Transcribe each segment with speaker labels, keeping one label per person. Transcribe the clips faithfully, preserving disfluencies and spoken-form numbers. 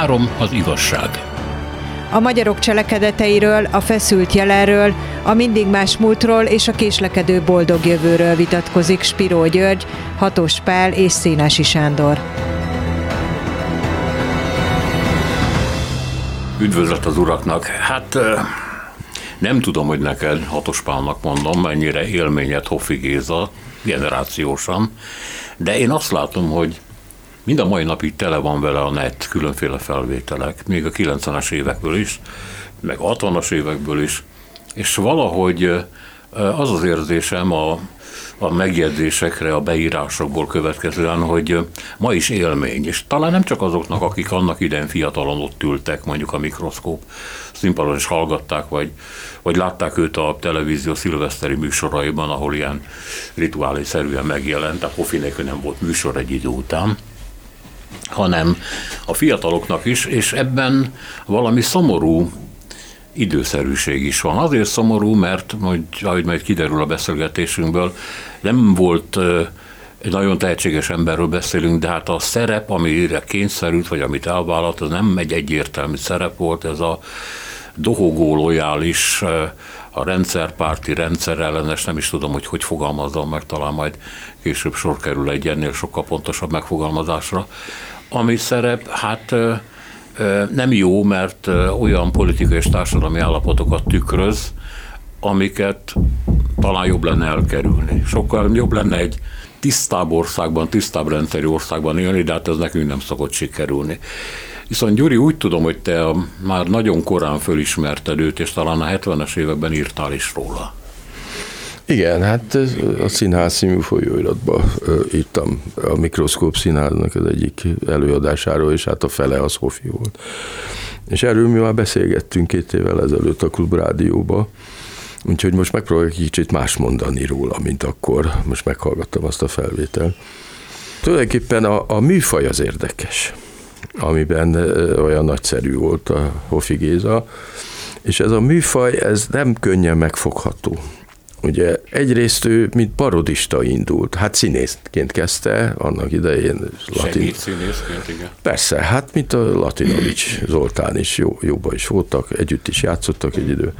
Speaker 1: Három az igazság.
Speaker 2: A magyarok cselekedeteiről, a feszült jelenről, a mindig más múltról és a késlekedő boldog jövőről vitatkozik Spiró György, Hatos Pál és Szénási Sándor.
Speaker 1: Üdvözlet az uraknak! Hát nem tudom, hogy neked, Hatos Pálnak mondom, mennyire élményed Hoffi Géza, generációsan, de én azt látom, hogy mind a mai napig tele van vele a net, különféle felvételek, még a kilencvenes évekből is, meg a hatvanas évekből is, és valahogy az az érzésem a, a megjegyzésekre, a beírásokból következően, hogy ma is élmény, és talán nem csak azoknak, akik annak idején fiatalon ott ültek, mondjuk a mikroszkóp színpadon is hallgatták, vagy, vagy látták őt a televízió szilveszteri műsoraiban, ahol ilyen rituálészerűen megjelent, tehát Hoffi nélkül nem volt műsor egy idő után, hanem a fiataloknak is, és ebben valami szomorú időszerűség is van. Azért szomorú, mert, majd, ahogy majd kiderül a beszélgetésünkből, nem volt egy nagyon tehetséges emberről beszélünk, de hát a szerep, amire kényszerült, vagy amit elvállalt, az nem egy egyértelmű szerep volt, ez a dohogó lojális, a rendszerpárti, rendszerellenes, nem is tudom, hogy hogy fogalmazzam meg, talán majd később sor kerül egy ennél sokkal pontosabb megfogalmazásra. Ami szerep, hát nem jó, mert olyan politikai és társadalmi állapotokat tükröz, amiket talán jobb lenne elkerülni. Sokkal jobb lenne egy tisztább országban, tisztább rendszeri országban élni, de hát ez nekünk nem szokott sikerülni. Viszont Gyuri, úgy tudom, hogy te már nagyon korán fölismerted őt, és talán a hetvenes években írtál is róla.
Speaker 3: Igen, hát a Színház című folyóiratban írtam a Mikroszkóp Színháznak az egyik előadásáról, és hát a fele az Hoffi volt. És erről mi már beszélgettünk két évvel ezelőtt a Klubrádióba, úgyhogy most megpróbálok kicsit más mondani róla, mint akkor. Most meghallgattam azt a felvételt. Tulajdonképpen a, a műfaj az érdekes, amiben olyan nagyszerű volt a Hoffi Géza, és ez a műfaj, ez nem könnyen megfogható. Ugye egyrészt ő, mint parodista indult, hát színészként kezdte, annak idején.
Speaker 1: Latin... színészként, igen.
Speaker 3: Persze, hát mint a Latinovics Zoltán is, jó, jóban is voltak, együtt is játszottak egy idő.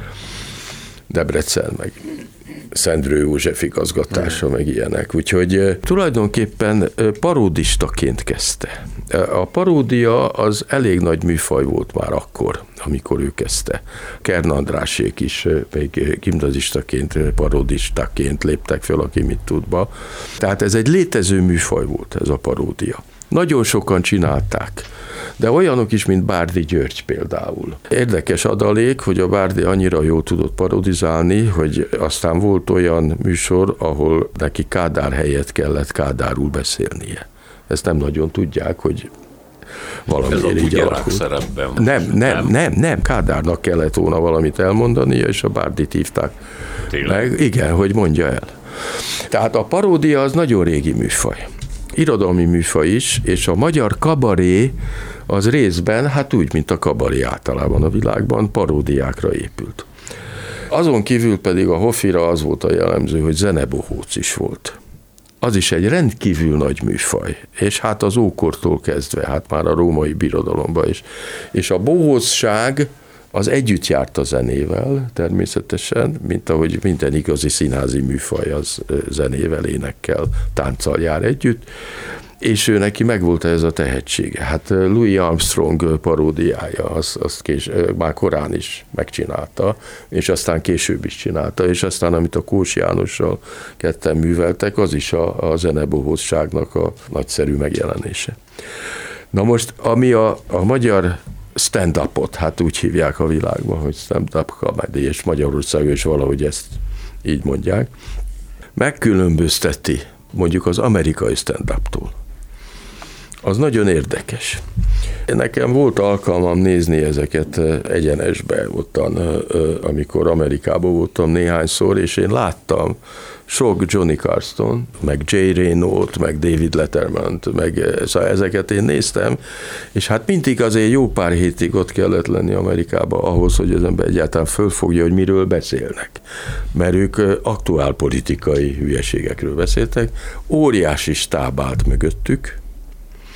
Speaker 3: Debrecen, meg Szendrő József igazgatása, meg ilyenek. Úgyhogy tulajdonképpen paródistaként kezdte. A paródia az elég nagy műfaj volt már akkor, amikor ő kezdte. Kern Andrásék is még gimnazistaként, paródistaként léptek fel a Ki mit tudba. Tehát ez egy létező műfaj volt, ez a paródia. Nagyon sokan csinálták, de olyanok is, mint Bárdi György például. Érdekes adalék, hogy a Bárdi annyira jól tudott parodizálni, hogy aztán volt olyan műsor, ahol neki Kádár helyett kellett Kádárul beszélnie. Ezt nem nagyon tudják, hogy valamiért így alakult.
Speaker 1: Nem,
Speaker 3: nem, nem, nem, nem, Kádárnak kellett volna valamit elmondania, és a Bárdit hívták
Speaker 1: Tényleg?
Speaker 3: meg. Igen, hogy mondja el. Tehát a paródia az nagyon régi műfaj. Irodalmi műfaj is, és a magyar kabaré az részben, hát úgy, mint a kabaré általában a világban, paródiákra épült. Azon kívül pedig a Hoffira az volt a jellemző, hogy zenebohóc is volt. Az is egy rendkívül nagy műfaj, és hát az ókortól kezdve, hát már a római birodalomban is. És a bohócság az együtt járt a zenével természetesen, mint ahogy minden igazi színházi műfaj az zenével, énekkel, tánccal jár együtt, és ő neki megvolt ez a tehetsége. Hát Louis Armstrong paródiája, azt, azt kés, már korán is megcsinálta, és aztán később is csinálta, és aztán amit a Kós Jánossal ketten műveltek, az is a, a zenebohózságnak a nagyszerű megjelenése. Na most, ami a, a magyar stand-upot, hát úgy hívják a világban, hogy stand-up comedy, és Magyarországon is valahogy ezt így mondják, megkülönbözteti mondjuk az amerikai stand-uptól. Az nagyon érdekes. Nekem volt alkalmam nézni ezeket egyenesbe, ottan, amikor Amerikában voltam néhányszor, és én láttam sok Johnny Carston, meg Jay Reno-t, meg David Letterman-t, meg szóval ezeket én néztem, és hát mindig azért jó pár hétig ott kellett lenni Amerikában ahhoz, hogy az ember egyáltalán fölfogja, hogy miről beszélnek. Mert ők aktuál politikai hülyeségekről beszéltek, óriási stáb állt mögöttük,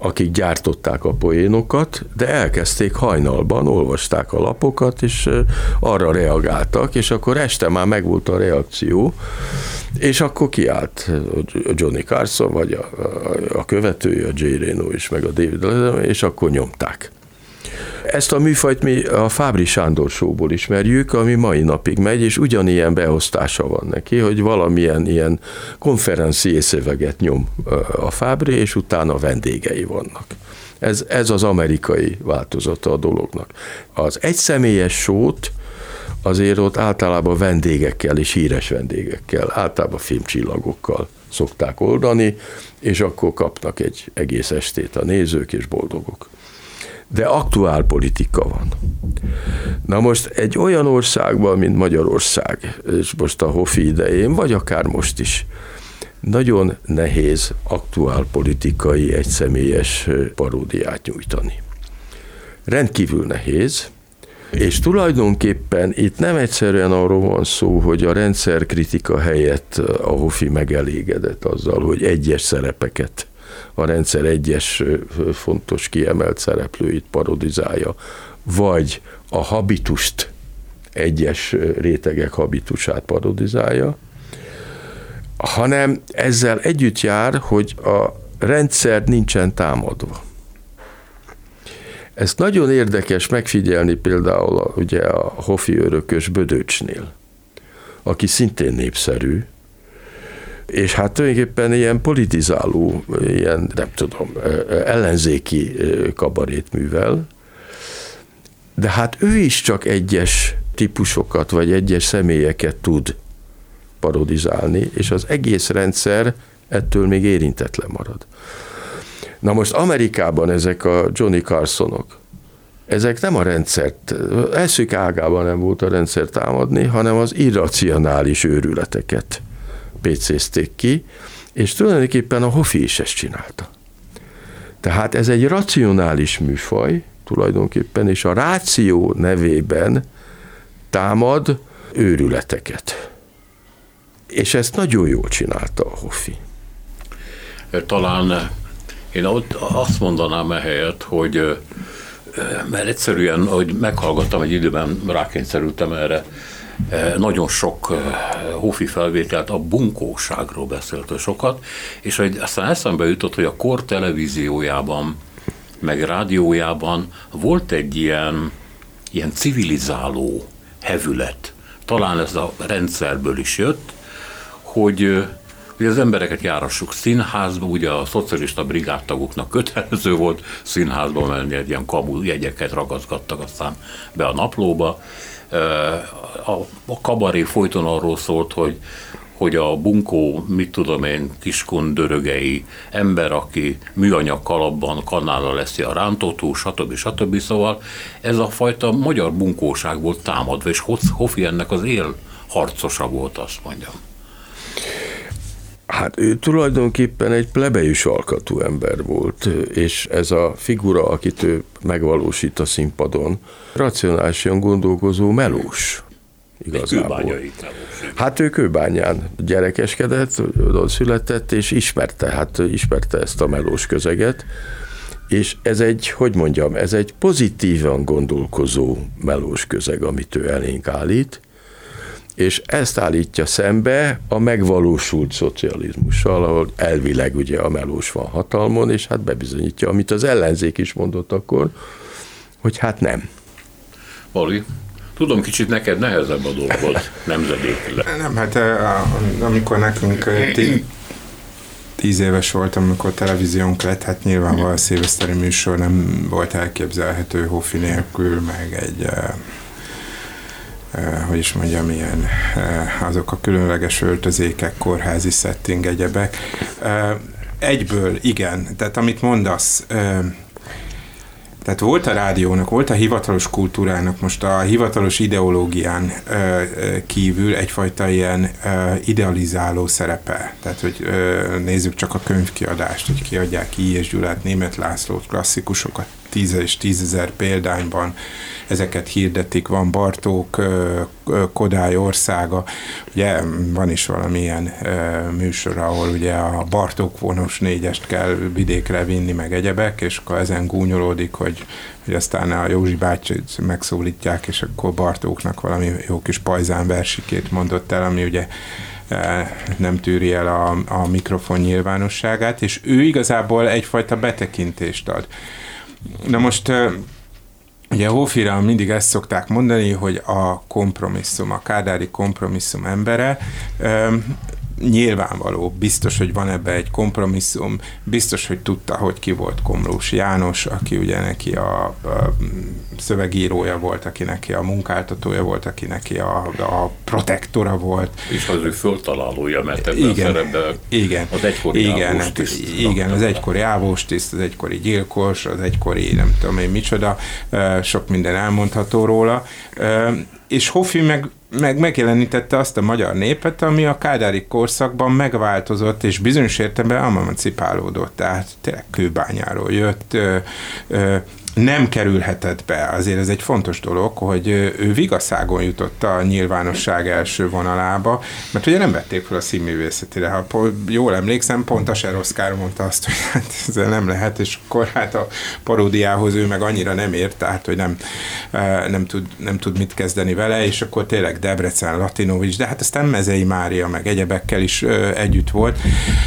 Speaker 3: akik gyártották a poénokat, de elkezdték hajnalban, olvasták a lapokat, és arra reagáltak, és akkor este már megvolt a reakció, és akkor kiállt Johnny Carson, vagy a, a, a követője, a Jay Reno is, meg a David Letterman, és akkor nyomták. Ezt a műfajt mi a Fábry Sándor Show-ból ismerjük, ami mai napig megy, és ugyanilyen beosztása van neki, hogy valamilyen ilyen konferencié szöveget nyom a Fábry, és utána vendégei vannak. Ez, ez az amerikai változata a dolognak. Az egyszemélyes show-t azért ott általában vendégekkel és híres vendégekkel, általában filmcsillagokkal szokták oldani, és akkor kapnak egy egész estét a nézők, és boldogok. De aktuál politika van. Na most egy olyan országban, mint Magyarország, és most a Hofi idején, vagy akár most is, nagyon nehéz aktuál politikai egyszemélyes paródiát nyújtani. Rendkívül nehéz, és tulajdonképpen itt nem egyszerűen arról van szó, hogy a rendszerkritika helyett a Hofi megelégedett azzal, hogy egyes szerepeket, a rendszer egyes fontos kiemelt szereplőit parodizálja, vagy a habitust, egyes rétegek habitusát parodizálja, hanem ezzel együtt jár, hogy a rendszer nincsen támadva. Ezt nagyon érdekes megfigyelni például a, ugye a Hofi örökös Bödöcsnél, aki szintén népszerű, és hát tulajdonképpen ilyen politizáló, ilyen nem tudom, ellenzéki kabarét művel, de hát ő is csak egyes típusokat, vagy egyes személyeket tud parodizálni, és az egész rendszer ettől még érintetlen marad. Na most Amerikában ezek a Johnny Carsonok, ezek nem a rendszert, eszük ágában nem volt a rendszer támadni, hanem az irracionális őrületeket pécézték ki, és tulajdonképpen a Hofi is ezt csinálta. Tehát ez egy racionális műfaj tulajdonképpen, és a ráció nevében támad őrületeket. És ezt nagyon jól csinálta a Hofi.
Speaker 1: Talán én azt mondanám ehelyett, hogy mert egyszerűen, ahogy meghallgattam egy időben, rákényszerültem erre, nagyon sok Hofi felvételt a bunkóságról beszélt sokat, és hogy aztán eszembe jutott, hogy a kor televíziójában, meg rádiójában volt egy ilyen, ilyen civilizáló hevület. Talán ez a rendszerből is jött, hogy, hogy az embereket járassuk színházba, ugye a szocialista brigádtagoknak kötelező volt színházba menni, egy ilyen kamu jegyeket ragaszgattak aztán be a naplóba. A kabaré folyton arról szólt, hogy, hogy a bunkó, mit tudom én, kiskun dörögei ember, aki műanyag kalapban kanállal leszi a rántótúl, stb. stb. Szóval ez a fajta magyar bunkóság volt támadva, és Hofi ennek az él harcosa volt, azt mondjam.
Speaker 3: Hát ő tulajdonképpen egy plebejus alkatú ember volt, és ez a figura, akit ő megvalósít a színpadon, racionálisan gondolkozó melós. Igazából. Hát ő Kőbányán gyerekeskedett, oda született, és ismerte, hát ismerte ezt a melós közeget, és ez egy, hogy mondjam, ez egy pozitívan gondolkozó melós közeg, amit ő elénk állít, és ezt állítja szembe a megvalósult szocializmussal, ahol elvileg ugye a melós van hatalmon, és hát bebizonyítja, amit az ellenzék is mondott akkor, hogy hát nem.
Speaker 1: Vali, tudom, kicsit neked nehezebb a dolgod nemzedékileg.
Speaker 4: Nem, hát amikor nekünk tíz éves voltam, amikor televíziónk lett, hát nyilvánvalóan a szilveszteri műsor nem volt elképzelhető Hofi nélkül, meg egy hogy is mondjam, ilyen azok a különleges öltözékek, kórházi setting, egyebek. Egyből, igen, tehát amit mondasz, tehát volt a rádiónak, volt a hivatalos kultúrának, most a hivatalos ideológián kívül egyfajta ilyen idealizáló szerepe. Tehát, hogy nézzük csak a könyvkiadást, hogy kiadják I. és Gyulát, Németh Lászlót, klasszikusokat, tíz és tízezer példányban ezeket hirdetik, van Bartók, Kodály országa, ugye van is valamilyen műsor, ahol ugye a Bartók vonos négyest kell vidékre vinni, meg egyebek, és akkor ezen gúnyolódik, hogy, hogy aztán a Józsi bácsit megszólítják, és akkor Bartóknak valami jó kis pajzán versikét mondott el, ami ugye nem tűri el a, a mikrofon nyilvánosságát, és ő igazából egyfajta betekintést ad. Na most ugye Hófira mindig ezt szokták mondani, hogy a kompromisszum, a kádári kompromisszum embere, nyilvánvaló, biztos, hogy van ebbe egy kompromisszum, biztos, hogy tudta, hogy ki volt Komlós János, aki ugye neki a, a szövegírója volt, aki neki a munkáltatója volt, aki neki a, a protektora volt.
Speaker 1: És az ő föltalálója, mert ebben igen, a szerepben
Speaker 4: igen,
Speaker 1: az egykori
Speaker 4: igen,
Speaker 1: ávóstiszt.
Speaker 4: Igen, az egykori ávóstiszt, az egykori gyilkos, az egykori nem tudom én micsoda, sok minden elmondható róla. És Hofi meg meg megjelenítette azt a magyar népet, ami a kádári korszakban megváltozott, és bizonyos értelemben emancipálódott, tehát tényleg Kőbányáról jött, ö, ö, nem kerülhetett be. Azért ez egy fontos dolog, hogy ő vigaszágon jutott a nyilvánosság első vonalába, mert ugye nem vették fel a színművészetére. Ha jól emlékszem, pont a Ser Oszkár mondta azt, hogy hát ezzel nem lehet, és akkor hát a paródiához ő meg annyira nem ért, tehát hogy nem, nem, tud, nem tud mit kezdeni vele, és akkor tényleg Debrecen, Latinovics, de hát aztán Mezei Mária, meg egyebekkel is együtt volt.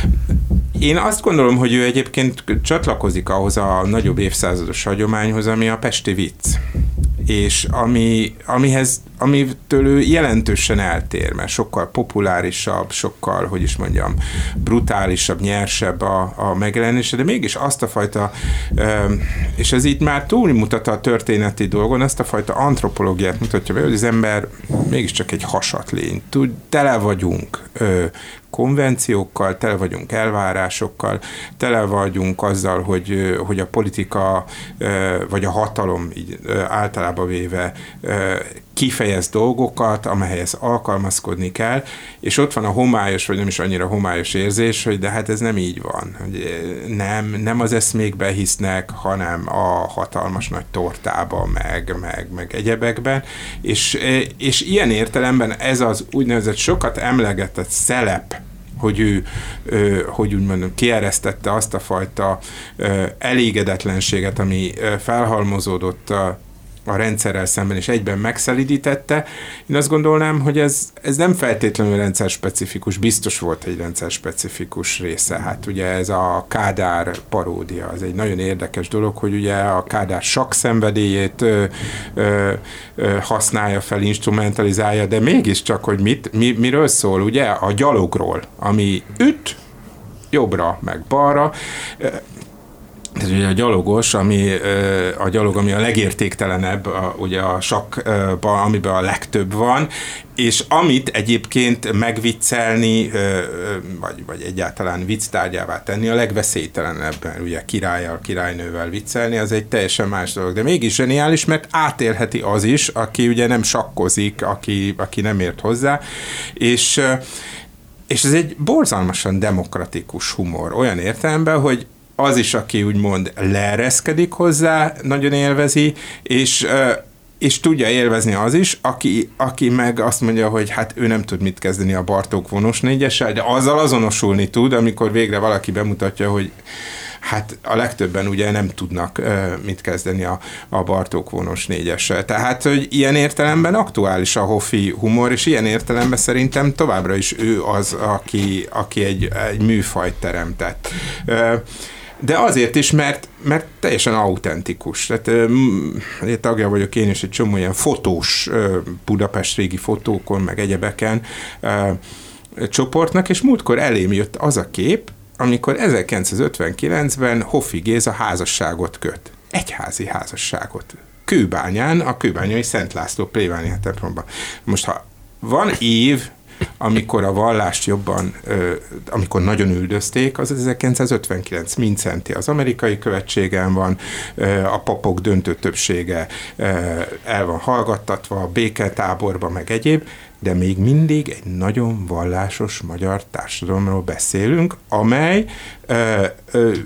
Speaker 4: Én azt gondolom, hogy ő egyébként csatlakozik ahhoz a nagyobb évszázados hagyományhoz, ami a pesti vicc. És ami, amihez, amitől ő jelentősen eltér, mert sokkal populárisabb, sokkal, hogy is mondjam, brutálisabb, nyersebb a, a megjelenése, de mégis azt a fajta, és ez itt már túlmutat a történeti dolgon, azt a fajta antropológiát mutatja be, hogy az ember mégiscsak egy hasatlény. Tud, tele vagyunk konvenciókkal, tele vagyunk elvárásokkal, tele vagyunk azzal, hogy, hogy a politika vagy a hatalom így általában véve kifejez dolgokat, amelyhez alkalmazkodni kell, és ott van a homályos, vagy nem is annyira homályos érzés, hogy de hát ez nem így van. Hogy nem, nem az eszmékbe hisznek, hanem a hatalmas nagy tortába, meg, meg, meg egyebekben, és, és ilyen értelemben ez az úgynevezett sokat emlegetett szelep, hogy ő, hogy úgy mondom, kieresztette azt a fajta elégedetlenséget, ami felhalmozódott a a rendszerrel szemben, és egyben megszelidítette. Én azt gondolnám, hogy ez, ez nem feltétlenül rendszerspecifikus, biztos volt egy rendszerspecifikus része. Hát ugye ez a Kádár paródia, az egy nagyon érdekes dolog, hogy ugye a Kádár sakszenvedélyét ö, ö, ö, használja fel, instrumentalizálja, de mégiscsak, hogy mit, mi, miről szól, ugye? A gyalogról, ami üt, jobbra, meg balra. Ez ugye a gyalogos, ami a gyalog, ami a legértéktelenebb, a, ugye a sakkban, amiben a legtöbb van, és amit egyébként megviccelni, vagy, vagy egyáltalán vicctárgyává tenni, a legveszélytelenebb, ugye királlyal, királynővel viccelni, az egy teljesen más dolog. De mégis zseniális, mert átélheti az is, aki ugye nem sakkozik, aki, aki nem ért hozzá, és, és ez egy borzalmasan demokratikus humor, olyan értelemben, hogy az is, aki úgymond leereszkedik hozzá, nagyon élvezi, és, és tudja élvezni az is, aki, aki meg azt mondja, hogy hát ő nem tud mit kezdeni a Bartók vonos négyessel, de azzal azonosulni tud, amikor végre valaki bemutatja, hogy hát a legtöbben ugye nem tudnak uh, mit kezdeni a, a Bartók vonos négyessel. Tehát, hogy ilyen értelemben aktuális a Hofi humor, és ilyen értelemben szerintem továbbra is ő az, aki, aki egy, egy műfajt teremtett. Uh, De azért is, mert, mert teljesen autentikus. Tehát ö, tagja vagyok én is egy csomó ilyen fotós ö, Budapest régi fotókon, meg egyebeken ö, csoportnak, és múltkor elém jött az a kép, amikor ezerkilencszázötvenkilencben Hofi Géza házasságot köt. Egyházi házasságot. Kőbányán, a kőbányai Szent László plébánia templomban. Most ha van év, amikor a vallást jobban, amikor nagyon üldözték, az ezerkilencszázötvenkilenc Mincenti az amerikai követségen van, a papok döntő többsége el van hallgattatva, a béketáborban, meg egyéb, de még mindig egy nagyon vallásos magyar társadalomról beszélünk, amely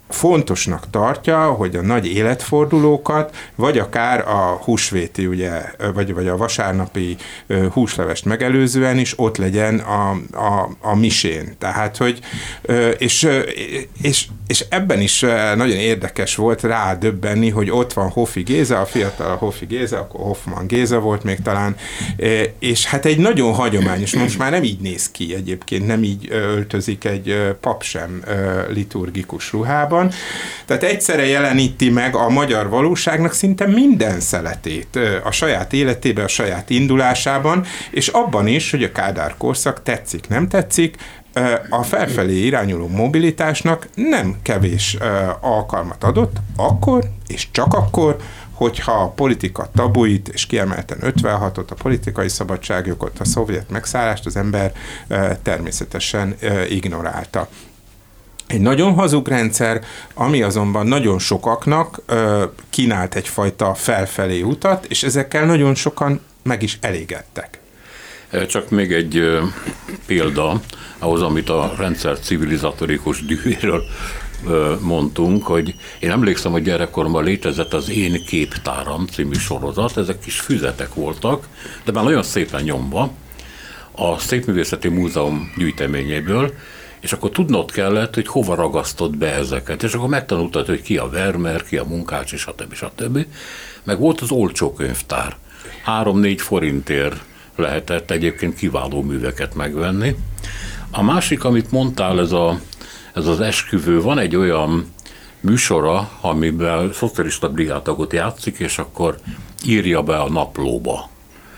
Speaker 4: fontosnak tartja, hogy a nagy életfordulókat, vagy akár a húsvéti, ugye, vagy, vagy a vasárnapi húslevest megelőzően is ott legyen a, a, a misén. Tehát, hogy és, és, és ebben is nagyon érdekes volt rádöbbenni, hogy ott van Hoffi Géza, a fiatal Hoffi Géza, akkor Hoffmann Géza volt még talán, és hát egy nagyon hagyományos, most már nem így néz ki egyébként, nem így öltözik egy pap sem liturgikus ruhában. Tehát egyszerre jeleníti meg a magyar valóságnak szinte minden szeletét a saját életében, a saját indulásában, és abban is, hogy a Kádár korszak tetszik, nem tetszik, a felfelé irányuló mobilitásnak nem kevés alkalmat adott, akkor és csak akkor, hogyha a politika tabuit, és kiemelten ötvenhatot, a politikai szabadságjogot, a szovjet megszállást az ember természetesen ignorálta. Egy nagyon hazug rendszer, ami azonban nagyon sokaknak ö, kínált egyfajta felfelé utat, és ezekkel nagyon sokan meg is elégedtek.
Speaker 1: Csak még egy ö, példa ahhoz, amit a rendszer civilizatorikus dühéről ö, mondtunk, hogy én emlékszem, hogy gyerekkoromban létezett az Én képtáram című sorozat, ezek kis füzetek voltak, de már nagyon szépen nyomva a Szépművészeti Múzeum gyűjteményéből, és akkor tudnod kellett, hogy hova ragasztod be ezeket, és akkor megtanultad, hogy ki a Vermeer, ki a Munkács, és stb. stb. Meg volt az olcsó könyvtár. Három-négy forintért lehetett egyébként kiváló műveket megvenni. A másik, amit mondtál, ez, a, ez az esküvő, van egy olyan műsora, amiben szocialista brigádtagot játszik, és akkor írja be a naplóba,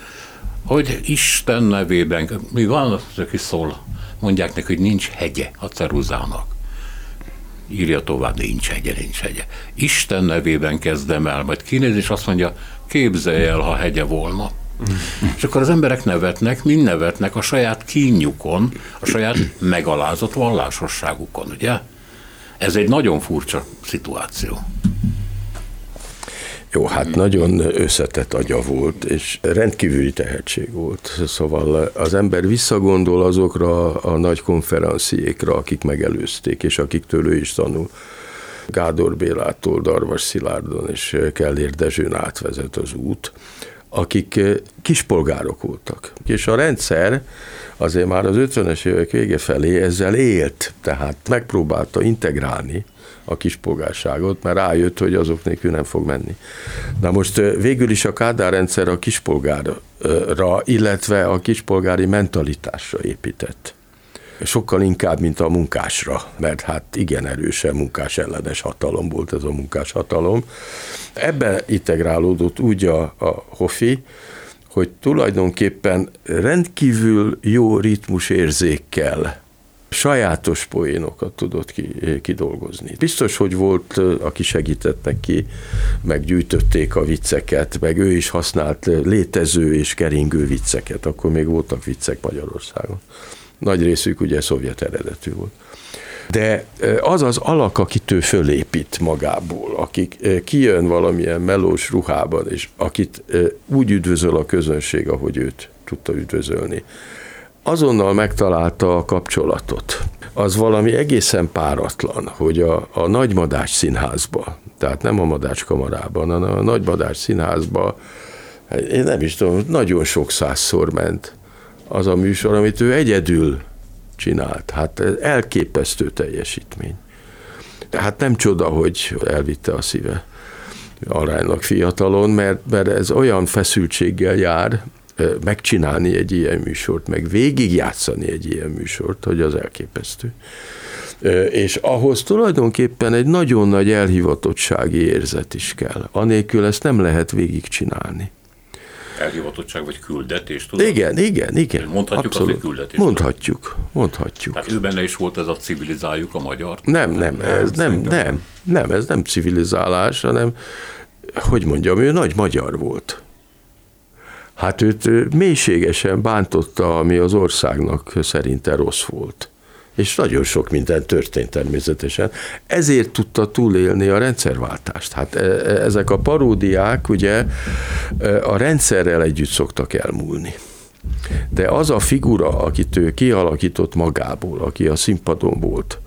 Speaker 1: hogy Isten nevében, mi van, aki szól, mondják neki, hogy nincs hegye a ceruzának. Írja tovább, nincs hegye, nincs hegye. Isten nevében kezdem el, majd kinéz, és azt mondja, képzelj el, ha hegye volna. Mm. És akkor az emberek nevetnek, mind nevetnek a saját kínjukon, a saját megalázott vallásosságukon, ugye? Ez egy nagyon furcsa szituáció.
Speaker 3: Jó, hát nagyon összetett agya volt, és rendkívüli tehetség volt. Szóval az ember visszagondol azokra a nagy konferenciékra, akik megelőzték, és akiktől ő is tanul. Gádor Bélától, Darvas Szilárdon és Kellér Dezsőn átvezet az út, akik kispolgárok voltak. És a rendszer azért már az ötvenes évek vége felé ezzel élt, tehát megpróbálta integrálni a kispolgárságot, mert rájött, hogy azok nélkül nem fog menni. Na most végül is a Kádár rendszer a kispolgárra, illetve a kispolgári mentalitásra épített. Sokkal inkább, mint a munkásra, mert hát igen erősen munkás ellenes hatalom volt ez a munkás hatalom. Ebben integrálódott úgy a, a Hoffi, hogy tulajdonképpen rendkívül jó ritmusérzékkel sajátos poénokat tudott kidolgozni. Biztos, hogy volt, aki segített neki, meg gyűjtötték a vicceket, meg ő is használt létező és keringő vicceket, akkor még voltak viccek Magyarországon. Nagy részük ugye szovjet eredetű volt. De az az alak, akit ő fölépít magából, akik kijön valamilyen melós ruhában, és akit úgy üdvözöl a közönség, ahogy őt tudta üdvözölni, azonnal megtalálta a kapcsolatot. Az valami egészen páratlan, hogy a, a Nagymadách Színházba, tehát nem a Madách Kamarában, hanem a Nagymadách Színházba, én nem is tudom, nagyon sok százszor ment az a műsor, amit ő egyedül csinált. Hát elképesztő teljesítmény. Hát nem csoda, hogy elvitte a szíve aránylag fiatalon, mert, mert ez olyan feszültséggel jár, megcsinálni egy ilyen műsort, meg végigjátszani egy ilyen műsort, hogy az elképesztő. És ahhoz tulajdonképpen egy nagyon nagy elhivatottsági érzet is kell. Anélkül ezt nem lehet végigcsinálni.
Speaker 1: Elhivatottság vagy küldetés, tudod?
Speaker 3: Igen, igen, igen.
Speaker 1: Mondhatjuk
Speaker 3: abszolút.
Speaker 1: Azt, hogy küldetés.
Speaker 3: Mondhatjuk, mondhatjuk.
Speaker 1: Tehát ő benne is volt ez a civilizáljuk a magyart?
Speaker 3: Nem, nem, ez nem, nem, nem, ez nem civilizálás, hanem, hogy mondjam, ő nagy magyar volt. Hát őt mélységesen bántotta, ami az országnak szerinte rossz volt. És nagyon sok minden történt természetesen. Ezért tudta túlélni a rendszerváltást. Hát ezek a paródiák ugye a rendszerrel együtt szoktak elmúlni. De az a figura, akit ő kialakított magából, aki a színpadon volt,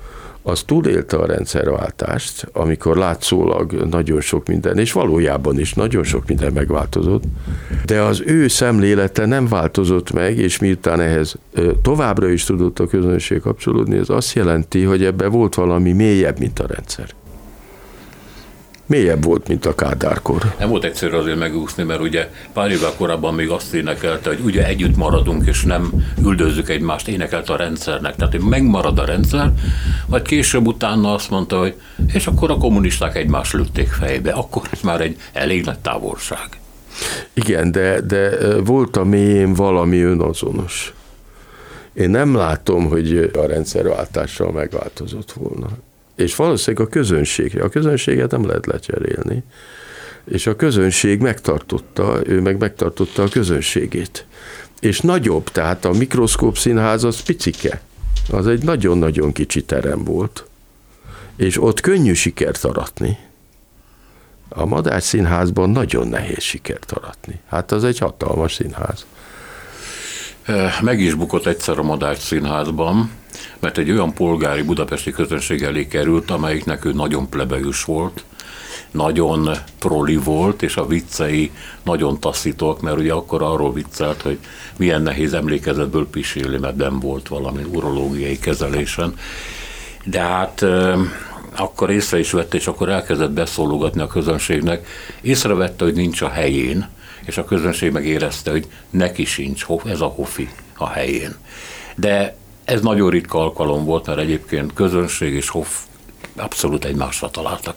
Speaker 3: az túlélte a rendszerváltást, amikor látszólag nagyon sok minden, és valójában is nagyon sok minden megváltozott, de az ő szemlélete nem változott meg, és miután ehhez továbbra is tudott a közönség kapcsolódni, ez azt jelenti, hogy ebben volt valami mélyebb, mint a rendszer. Mélyebb volt, mint a Kádárkor.
Speaker 1: Nem volt egyszerű azért megúszni, mert ugye pár évvel korábban még azt énekelte, hogy ugye együtt maradunk, és nem üldözzük egymást, énekelte a rendszernek. Tehát, hogy megmarad a rendszer, majd később utána azt mondta, hogy és akkor a kommunisták egymást lőtték fejbe. Akkor ez már egy elég nagy távolság.
Speaker 3: Igen, de, de volt a mélyén valami önazonos. Én nem látom, hogy a rendszerváltással megváltozott volna. És valószínűleg a közönség, a közönséget nem lehet lecserélni, és a közönség megtartotta, ő meg megtartotta a közönségét. És nagyobb, tehát a Mikroszkóp Színház az picike, az egy nagyon-nagyon kicsi terem volt, és ott könnyű sikert aratni. A Madách Színházban nagyon nehéz sikert aratni. Hát az egy hatalmas színház.
Speaker 1: Meg is bukott egyszer a Madách Színházban, mert egy olyan polgári budapesti közönség elé került, amelyiknek ő nagyon plebejus volt, nagyon proli volt, és a viccei nagyon taszítók, mert ugye akkor arról viccelt, hogy milyen nehéz emlékezetből pisélni, mert nem volt valami urológiai kezelésen. De hát akkor észre is vette, és akkor elkezdett beszólogatni a közönségnek. Észrevette, hogy nincs a helyén, és a közönség megérezte, hogy neki sincs, ez a Hofi a helyén. De ez nagyon ritka alkalom volt, mert egyébként közönség és Hoff abszolút egymásra találtak.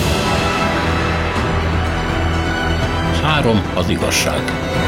Speaker 1: Három az igazság.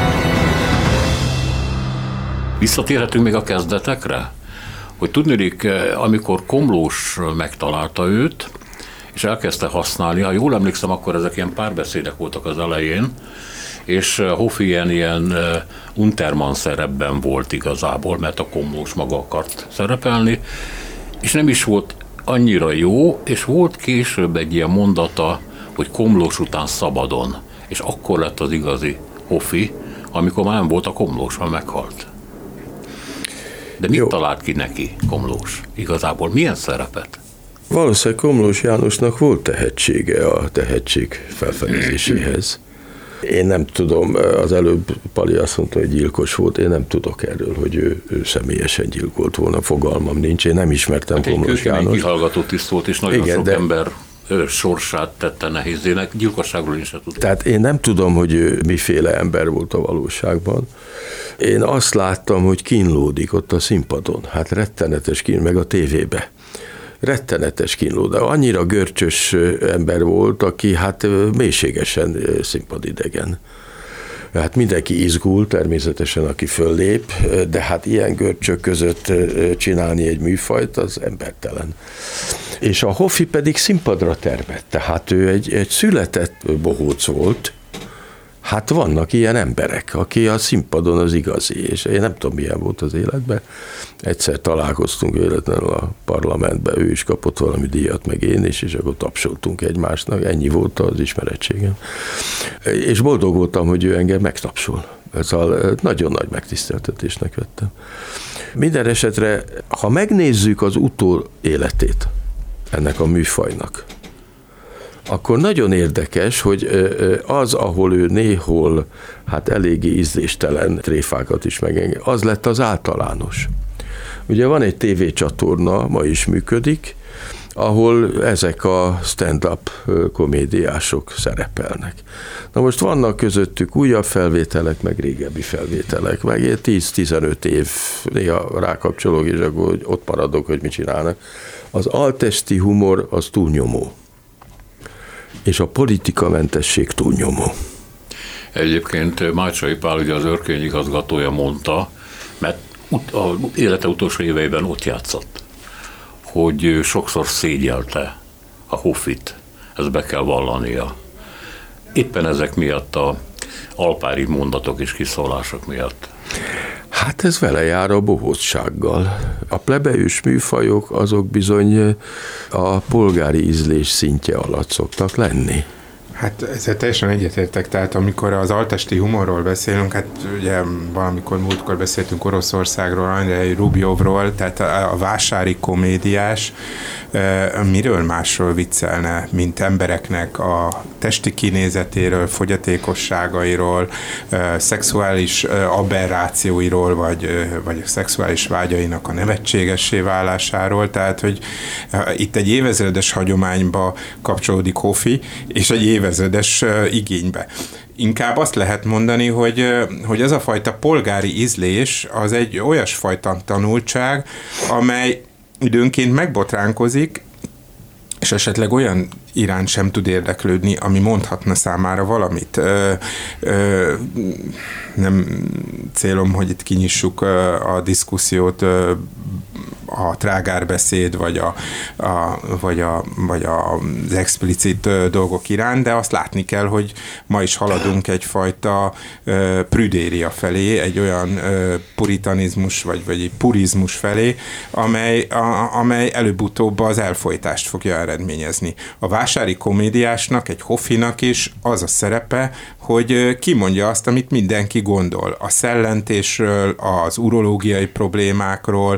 Speaker 1: Visszatérhetünk még a kezdetekre? Hogy tudniillik, amikor Komlós megtalálta őt, és elkezdte használni, ha jól emlékszem, akkor ezek ilyen párbeszédek voltak az elején, és Hofi ilyen, ilyen Untermann szerepben volt igazából, mert a Komlós maga akart szerepelni, és nem is volt annyira jó, és volt később egy ilyen mondata, hogy Komlós után szabadon, és akkor lett az igazi Hofi, amikor már nem volt a Komlós, már meghalt. De mit jó. talált ki neki Komlós? Igazából milyen szerepet?
Speaker 3: Valószínűleg Komlós Jánosnak volt tehetsége a tehetség felfedezéséhez. Én nem tudom, az előbb Pali azt mondta, hogy gyilkos volt, én nem tudok erről, hogy ő, ő személyesen gyilkolt volna, fogalmam nincs, én nem ismertem hát Komlós János.
Speaker 1: Egy kihallgató tiszt volt, és nagyon igen, sok de... ember sorsát tette nehézének, gyilkosságról is se tudom.
Speaker 3: Tehát én nem tudom, hogy ő miféle ember volt a valóságban. Én azt láttam, hogy kínlódik ott a színpadon, hát rettenetes kín, meg a tévébe. Rettenetes kínló, de annyira görcsös ember volt, aki hát mélységesen színpadidegen. Hát mindenki izgul, természetesen, aki föllép, de hát ilyen görcsök között csinálni egy műfajt, az embertelen. És a Hofi pedig színpadra termett, tehát ő egy, egy született bohóc volt. Hát vannak ilyen emberek, aki a színpadon az igazi, és én nem tudom, milyen volt az életben. Egyszer találkoztunk véletlenül a parlamentben, ő is kapott valami díjat, meg én is, és akkor tapsoltunk egymásnak, ennyi volt az ismerettségem. És boldog voltam, hogy ő engem megtapsol. Szóval nagyon nagy megtiszteltetésnek vettem. Minden esetre, ha megnézzük az utól életét ennek a műfajnak, akkor nagyon érdekes, hogy az, ahol ő néhol hát eléggé ízléstelen tréfákat is megenged, az lett az általános. Ugye van egy tévécsatorna, ma is működik, ahol ezek a stand-up komédiások szerepelnek. Na most vannak közöttük újabb felvételek, meg régebbi felvételek, meg tíz-tizenöt év néha rákapcsolok, és akkor ott maradok, hogy mit csinálnak. Az altesti humor az túlnyomó. És a politikamentesség túlnyomó.
Speaker 1: Egyébként Mácsai Pál, ugye az Örkény igazgatója mondta, mert az élete utolsó éveiben ott játszott, hogy sokszor szégyelte a Hofit, ezt be kell vallania. Éppen ezek miatt a alpári mondatok és kiszólások miatt.
Speaker 3: Hát ez vele jár a bohócsággal. A plebejus műfajok azok bizony a polgári ízlés szintje alatt szoktak lenni.
Speaker 4: Hát ezzel teljesen egyetértek, tehát amikor az altesti humorról beszélünk, hát ugye valamikor múltkor beszéltünk Oroszországról, Andrei Rubjovról, tehát a, a vásári komédiás miről másról viccelne, mint embereknek a testi kinézetéről, fogyatékosságairól, szexuális aberrációiról, vagy, vagy a szexuális vágyainak a nevetségessé válásáról, tehát hogy itt egy évezredes hagyományba kapcsolódik Hofi, és egy évezredes igénybe. Inkább azt lehet mondani, hogy, hogy ez a fajta polgári ízlés az egy olyasfajta tanultság, amely időnként megbotránkozik, és esetleg olyan iránt sem tud érdeklődni, ami mondhatna számára valamit. Ö, ö, nem célom, hogy itt kinyissuk a diszkusziót, ö, a trágárbeszéd, vagy, a, a, vagy, a, vagy az explicit dolgok iránt, de azt látni kell, hogy ma is haladunk egyfajta ö, prüdéria felé, egy olyan ö, puritanizmus, vagy, vagy egy purizmus felé, amely, a, amely előbb-utóbb az elfojtást fogja eredményezni. A vásári komédiásnak, egy Hofinak is az a szerepe, hogy kimondja azt, amit mindenki gondol. A szellentésről, az urológiai problémákról,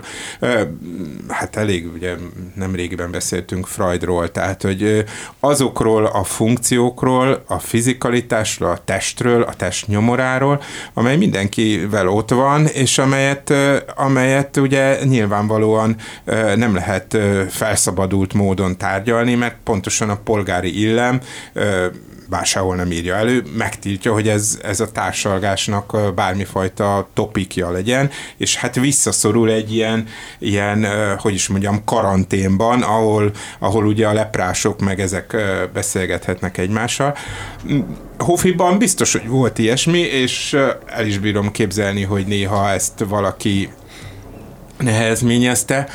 Speaker 4: hát elég, ugye nem régiben beszéltünk Freudról, tehát, hogy azokról a funkciókról, a fizikalitásról, a testről, a test nyomoráról, amely mindenkivel ott van, és amelyet, amelyet ugye nyilvánvalóan nem lehet felszabadult módon tárgyalni, mert pontosan a polgári illem, bár sehol nem írja elő, megtiltja, hogy ez, ez a társalgásnak bármifajta topikja legyen, és hát visszaszorul egy ilyen, ilyen hogy is mondjam, karanténban, ahol, ahol ugye a leprások meg ezek beszélgethetnek egymással. Hofiban biztos, hogy volt ilyesmi, és el is bírom képzelni, hogy néha ezt valaki nehezményezte.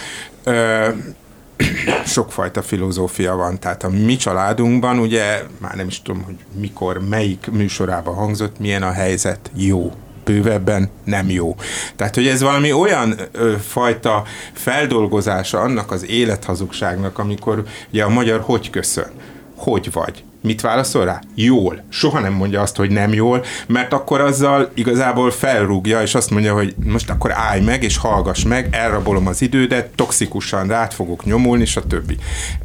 Speaker 4: Sokfajta filozófia van, tehát a mi családunkban, ugye, már nem is tudom, hogy mikor, melyik műsorában hangzott, milyen a helyzet, jó. Bővebben nem jó. Tehát, hogy ez valami olyan ö, fajta feldolgozása annak az élethazugságnak, amikor ugye a magyar hogy köszön, hogy vagy, mit válaszol rá? Jól. Soha nem mondja azt, hogy nem jól, mert akkor azzal igazából felrúgja, és azt mondja, hogy most akkor állj meg, és hallgass meg, elrabolom az idődet, toxikusan rád fogok nyomulni, stb.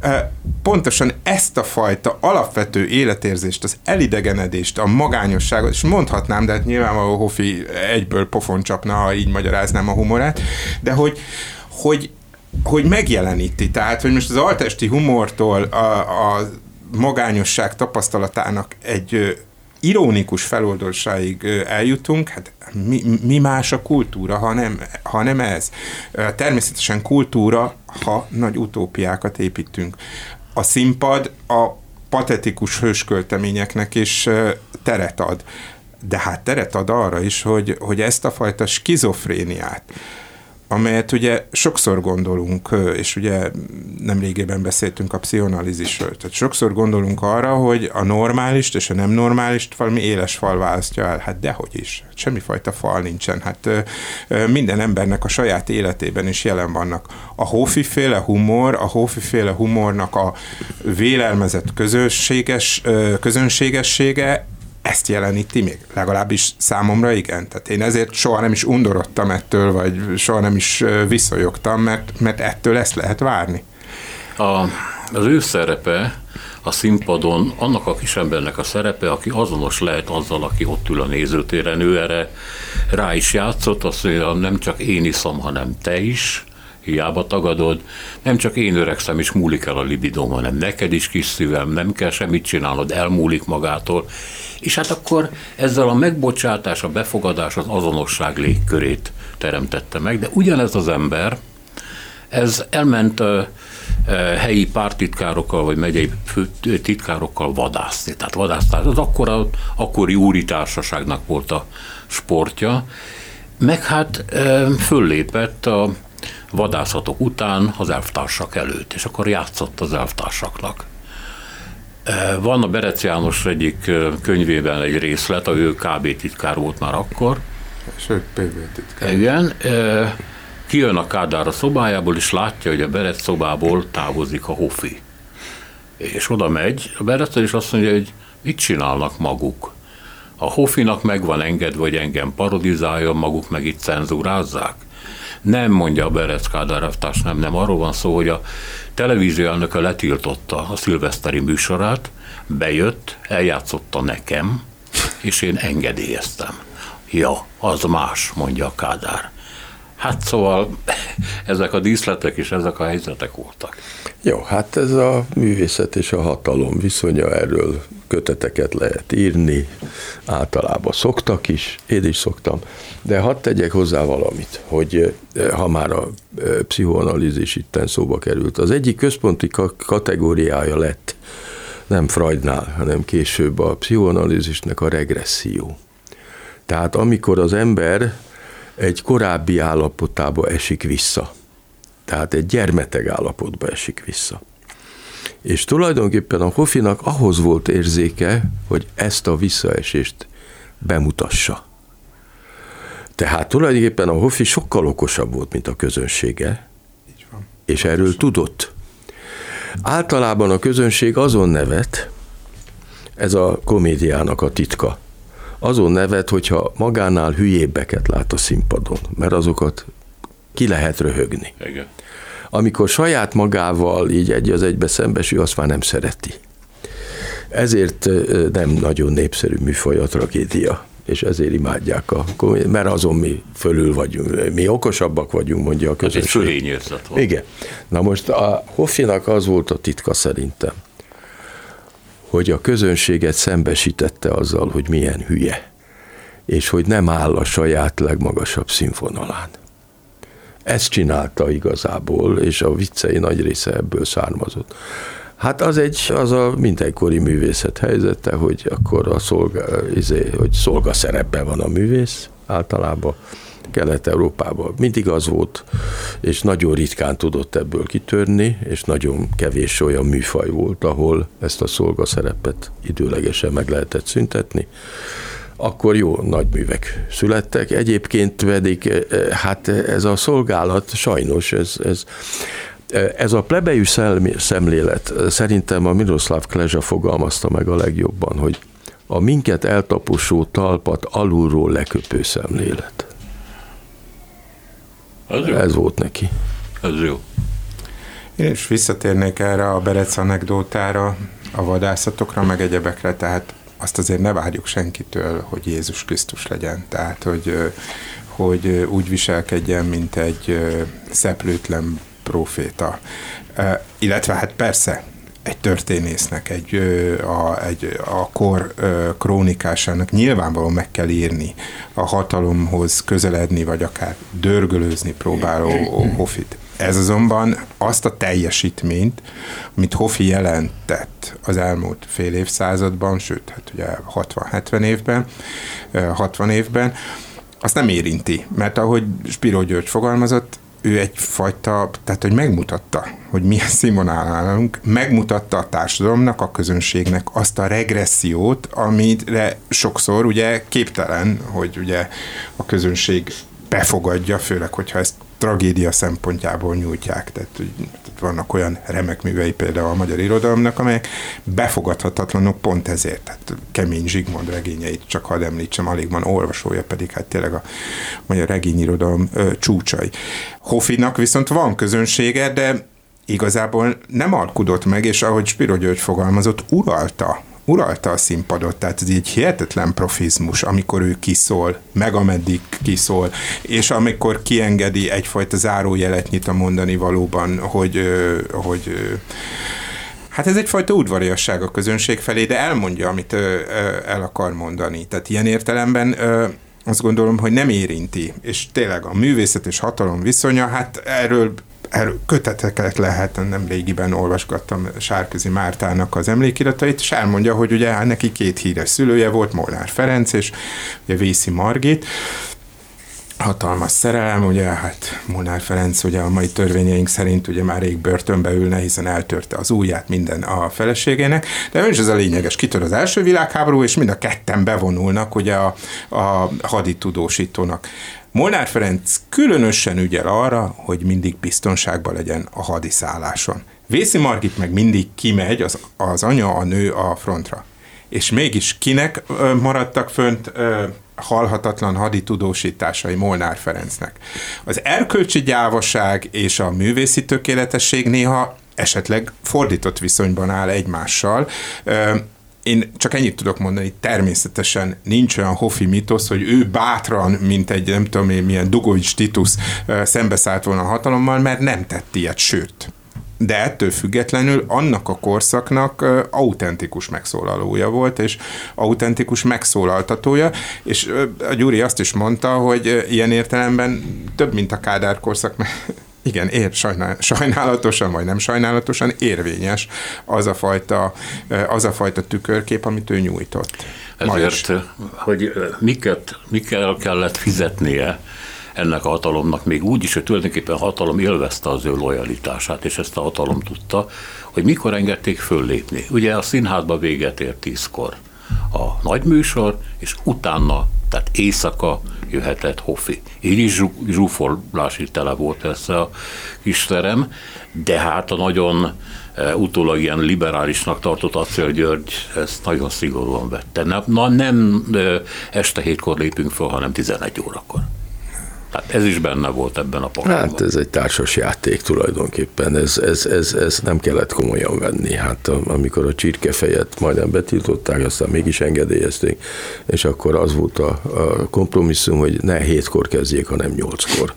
Speaker 4: Pontosan ezt a fajta alapvető életérzést, az elidegenedést, a magányosságot, és mondhatnám, de hát nyilvánvaló Hofi egyből pofon csapna, ha így magyaráznám a humorát, de hogy, hogy, hogy megjeleníti. Tehát, hogy most az altesti humortól a, a magányosság tapasztalatának egy ironikus feloldalsáig eljutunk, hát mi, mi más a kultúra, ha nem, ha nem ez. Természetesen kultúra, ha nagy utópiákat építünk. A színpad a patetikus hőskölteményeknek is teret ad. De hát teret ad arra is, hogy, hogy ezt a fajta skizofréniát, amelyet ugye sokszor gondolunk, és ugye nemrégében beszéltünk a pszichoanalízisről, tehát sokszor gondolunk arra, hogy a normálist és a nem normálist valami éles fal választja el. Hát dehogy is. Semmifajta fal nincsen. Hát minden embernek a saját életében is jelen vannak. A Hofi-féle humor, a Hofi-féle humornak a vélelmezett közönséges, közönségessége ezt jeleníti még, legalábbis számomra igen. Tehát én ezért soha nem is undorodtam ettől, vagy soha nem is visszajogtam, mert, mert ettől ezt lehet várni.
Speaker 1: A, az ő szerepe a színpadon annak a kisembernek a szerepe, aki azonos lehet azzal, aki ott ül a nézőtéren, ő erre rá is játszott, azt mondja, nem csak én iszom, hanem te is, hiába tagadod, nem csak én öregszem és múlik el a libidóm, hanem neked is, kis szívem, nem kell semmit csinálnod, elmúlik magától. És hát akkor ezzel a megbocsátás, a befogadás, az azonosság légkörét teremtette meg, de ugyanez az ember, ez elment a, a helyi pártitkárokkal, vagy megyei titkárokkal vadászni. Tehát vadásztás, az akkora, akkori úri társaságnak volt a sportja, meg hát föllépett a vadászatok után az elvtársak előtt, és akkor játszott az elvtársaknak. Van a Berec János egyik könyvében egy részlet, a ő ká bé titkár volt már akkor.
Speaker 4: És ő pé vé titkár.
Speaker 1: Igen. Kijön a Kádár a szobájából, és látja, hogy a Berec szobából távozik a Hofi. És oda megy a Berec, és azt mondja, hogy Itt csinálnak maguk. A Hoffinak meg van engedve, hogy engem parodizáljon, maguk meg itt cenzúrázzák. Nem, mondja a Berec Kádár elvtárs, nem, nem. Arról van szó, hogy a televízió elnöke letiltotta a szilveszteri műsorát, bejött, eljátszotta nekem, és én engedélyeztem. Ja, az más, mondja a Kádár. Hát szóval ezek a díszletek és ezek a helyzetek voltak.
Speaker 3: Jó, hát ez a művészet és a hatalom viszonya, erről köteteket lehet írni, általában szoktak is, én is szoktam, de hadd tegyek hozzá valamit, hogy ha már a pszichoanalízis itten szóba került, az egyik központi kategóriája lett, nem Freudnál, hanem később a pszichoanalízisnek a regresszió. Tehát amikor az ember egy korábbi állapotába esik vissza, tehát egy gyermeteg állapotba esik vissza. És tulajdonképpen a Hoffinak ahhoz volt érzéke, hogy ezt a visszaesést bemutassa. Tehát tulajdonképpen a Hoffi sokkal okosabb volt, mint a közönsége, így van. És erről tudott. Általában a közönség azon nevet, ez a komédiának a titka, azon nevet, hogyha magánál hülyébbeket lát a színpadon, mert azokat ki lehet röhögni.
Speaker 1: Igen.
Speaker 3: Amikor saját magával így egy az egybe szembesül, azt már nem szereti. Ezért nem nagyon népszerű műfaj a tragédia, és ezért imádják a komédiát, mert azon mi fölül vagyunk, mi okosabbak vagyunk, mondja a közönség.
Speaker 1: Ez egy fölényérzet volt.
Speaker 3: Igen. Na most a Hoffinak az volt a titka szerintem, hogy a közönséget szembesítette azzal, hogy milyen hülye, és hogy nem áll a saját legmagasabb színvonalán. Ezt csinálta igazából, és a viccei nagy része ebből származott. Hát az egy, az a mindenkori művészet helyzete, hogy akkor a szolga, izé, hogy szolgaszerepben van a művész általában, Kelet-Európában mindig az volt, és nagyon ritkán tudott ebből kitörni, és nagyon kevés olyan műfaj volt, ahol ezt a szolgaszerepet időlegesen meg lehetett szüntetni. Akkor jó nagy művek születtek. Egyébként pedig, hát ez a szolgálat, sajnos, ez, ez, ez a plebejű szemlélet, szerintem a Miroslav Klezsa fogalmazta meg a legjobban, hogy a minket eltaposó talpat alulról leköpő szemlélet.
Speaker 1: Ez,
Speaker 3: ez volt neki.
Speaker 1: Ez jó.
Speaker 4: Én is visszatérnék erre a Berec anekdótára, a vadászatokra, meg egyebekre, tehát azt azért ne várjuk senkitől, hogy Jézus Krisztus legyen. Tehát, hogy, hogy úgy viselkedjen, mint egy szeplőtlen próféta. Illetve hát persze, egy történésznek, egy, a, egy, a kor krónikásának nyilvánvalóan meg kell írni a hatalomhoz közeledni, vagy akár dörgölőzni próbáló Hoffit. Ez azonban azt a teljesítményt, amit Hoffi jelentett az elmúlt fél évszázadban, sőt, hát ugye hatvan-hetven évben, hatvan évben, azt nem érinti, mert ahogy Spiró György fogalmazott, ő egyfajta, tehát hogy megmutatta, hogy milyen színvonalon állunk, megmutatta a társadalomnak, a közönségnek azt a regressziót, amire sokszor ugye képtelen, hogy ugye a közönség befogadja, főleg, hogyha ezt tragédia szempontjából nyújtják. Tehát, tehát vannak olyan remek művei például a magyar irodalomnak, amelyek befogadhatatlanok pont ezért. Tehát Kemény Zsigmond regényeit csak hadd említsem, alig van olvasója, pedig hát tényleg a magyar regényirodalom ö, csúcsai. Hoffinak viszont van közönsége, de igazából nem alkudott meg, és ahogy Spiró György fogalmazott, uralta uralta a színpadot, tehát ez egy hihetetlen profizmus, amikor ő kiszól, meg ameddig kiszól, és amikor kiengedi, egyfajta zárójelet nyit a mondani valóban, hogy, hogy hát ez egyfajta udvariasság a közönség felé, de elmondja, amit el akar mondani. Tehát ilyen értelemben azt gondolom, hogy nem érinti, és tényleg a művészet és hatalom viszonya, hát erről Erről köteteket lehet, nem régiben olvasgattam Sárközi Mártának az emlékiratait, és elmondja, hogy ugye neki két híres szülője volt, Molnár Ferenc és ugye Vészi Margit, hatalmas szerelem, ugye hát Molnár Ferenc ugye a mai törvényeink szerint ugye már rég börtönbe ülne, hiszen eltörte az ujját minden a feleségének, de nem is ez a lényeges, kitör az első világháború, és mind a ketten bevonulnak ugye a, a haditudósítónak. Molnár Ferenc különösen ügyel arra, hogy mindig biztonságban legyen a hadiszálláson. Vészi Margit meg mindig kimegy, az, az anya, a nő a frontra. És mégis kinek maradtak fönt halhatatlan haditudósításai Molnár Ferencnek? Az erkölcsi gyávaság és a művészi tökéletesség néha esetleg fordított viszonyban áll egymással. Én csak ennyit tudok mondani, természetesen nincs olyan Hoffi mitosz, hogy ő bátran, mint egy nem tudom én milyen Dugovics Titus szembeszállt volna a hatalommal, mert nem tett ilyet, sőt. De ettől függetlenül annak a korszaknak autentikus megszólalója volt, és autentikus megszólaltatója, és a Gyuri azt is mondta, hogy ilyen értelemben több, mint a Kádár korszak, igen, ér, sajnál, sajnálatosan, vagy nem sajnálatosan érvényes az a fajta, az a fajta tükörkép, amit ő nyújtott.
Speaker 1: Ezért, hogy miket, mikkel kellett fizetnie ennek a hatalomnak, még úgy is, hogy tulajdonképpen a hatalom élvezte az ő lojalitását, és ezt a hatalom tudta, hogy mikor engedték föllépni. Ugye a színházba véget ért tízkor a nagy műsor, és utána, tehát éjszaka jöhetett Hoffi. Így is zsúfolásig tele volt ez a kis terem, de hát a nagyon utólag ilyen liberálisnak tartott Acél György ezt nagyon szigorúan vette. Na, na nem este hétkor lépünk föl, hanem tizenegy órakor. Tehát ez is benne volt ebben a pakliban.
Speaker 3: Hát ez egy társas játék tulajdonképpen, ez, ez, ez, ez nem kellett komolyan venni. Hát amikor a csirkefejet majdnem betiltották, aztán mégis engedélyezték, és akkor az volt a, a kompromisszum, hogy ne hétkor kezdjék, hanem nyolckor.